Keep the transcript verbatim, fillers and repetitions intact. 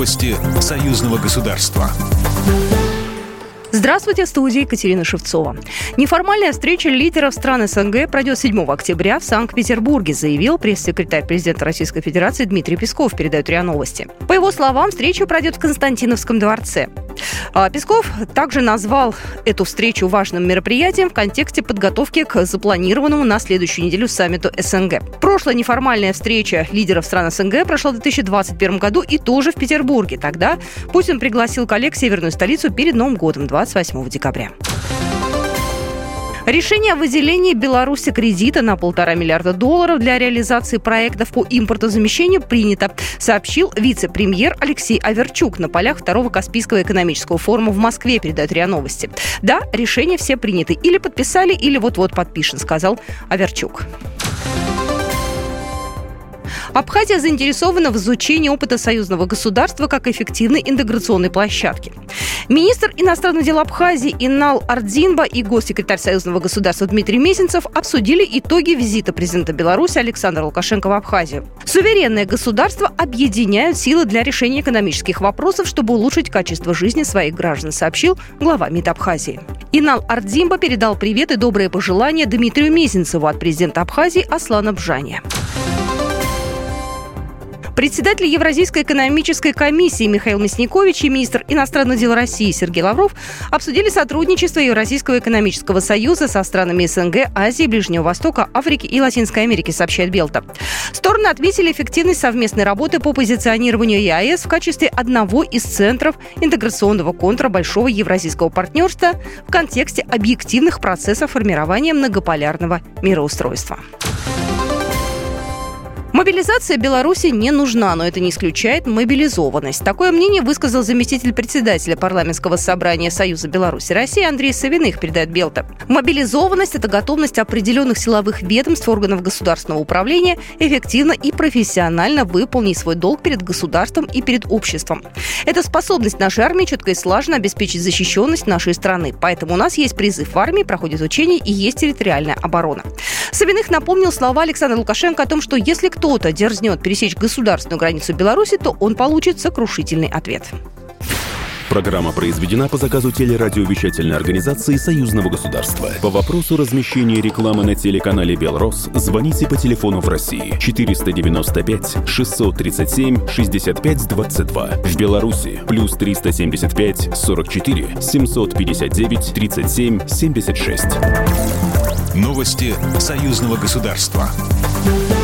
Новости союзного государства. Здравствуйте, в студии Екатерина Шевцова. Неформальная встреча лидеров стран СНГ пройдет седьмого октября в Санкт-Петербурге, заявил пресс-секретарь президента Российской Федерации Дмитрий Песков, передает РИА Новости. По его словам, встреча пройдет в Константиновском дворце. Песков также назвал эту встречу важным мероприятием в контексте подготовки к запланированному на следующую неделю саммиту СНГ. Прошлая неформальная встреча лидеров стран СНГ прошла в две тысячи двадцать первом году и тоже в Петербурге. Тогда Путин пригласил коллег в северную столицу перед Новым годом, двадцать восьмого декабря. Решение о выделении Беларуси кредита на полтора миллиарда долларов для реализации проектов по импортозамещению принято, сообщил вице-премьер Алексей Аверчук на полях второго Каспийского экономического форума в Москве, передает РИА Новости. Да, решения все приняты. Или подписали, или вот-вот подпишем, сказал Аверчук. Абхазия заинтересована в изучении опыта союзного государства как эффективной интеграционной площадки. Министр иностранных дел Абхазии Инал Ардзинба и госсекретарь союзного государства Дмитрий Мезенцев обсудили итоги визита президента Беларуси Александра Лукашенко в Абхазию. Суверенные государства объединяют силы для решения экономических вопросов, чтобы улучшить качество жизни своих граждан, сообщил глава МИД Абхазии. Инал Ардзинба передал привет и добрые пожелания Дмитрию Мезенцеву от президента Абхазии Аслана Бжания. Председатель Евразийской экономической комиссии Михаил Мясникович и министр иностранных дел России Сергей Лавров обсудили сотрудничество Евразийского экономического союза со странами СНГ, Азии, Ближнего Востока, Африки и Латинской Америки, сообщает Белта. Стороны отметили эффективность совместной работы по позиционированию ЕАЭС в качестве одного из центров интеграционного контура большого евразийского партнерства в контексте объективных процессов формирования многополярного мироустройства. Мобилизация Беларуси не нужна, но это не исключает мобилизованность. Такое мнение высказал заместитель председателя парламентского собрания Союза Беларуси России Андрей Савиных, передает Белта. Мобилизованность – это готовность определенных силовых ведомств, органов государственного управления эффективно и профессионально выполнить свой долг перед государством и перед обществом. Это способность нашей армии четко и слаженно обеспечить защищенность нашей страны. Поэтому у нас есть призыв в армии, проходит учение и есть территориальная оборона. Савиных напомнил слова Александра Лукашенко о том, что если кто-то дерзнет пересечь государственную границу Беларуси, то он получит сокрушительный ответ. Программа произведена по заказу телерадиовещательной организации Союзного государства. По вопросу размещения рекламы на телеканале «Белрос» звоните по телефону в России четыреста девяносто пять шестьсот тридцать семь шестьдесят пять двадцать два. В Беларуси плюс триста семьдесят пять сорок четыре семьсот пятьдесят девять тридцать семь семьдесят шесть. Новости союзного государства.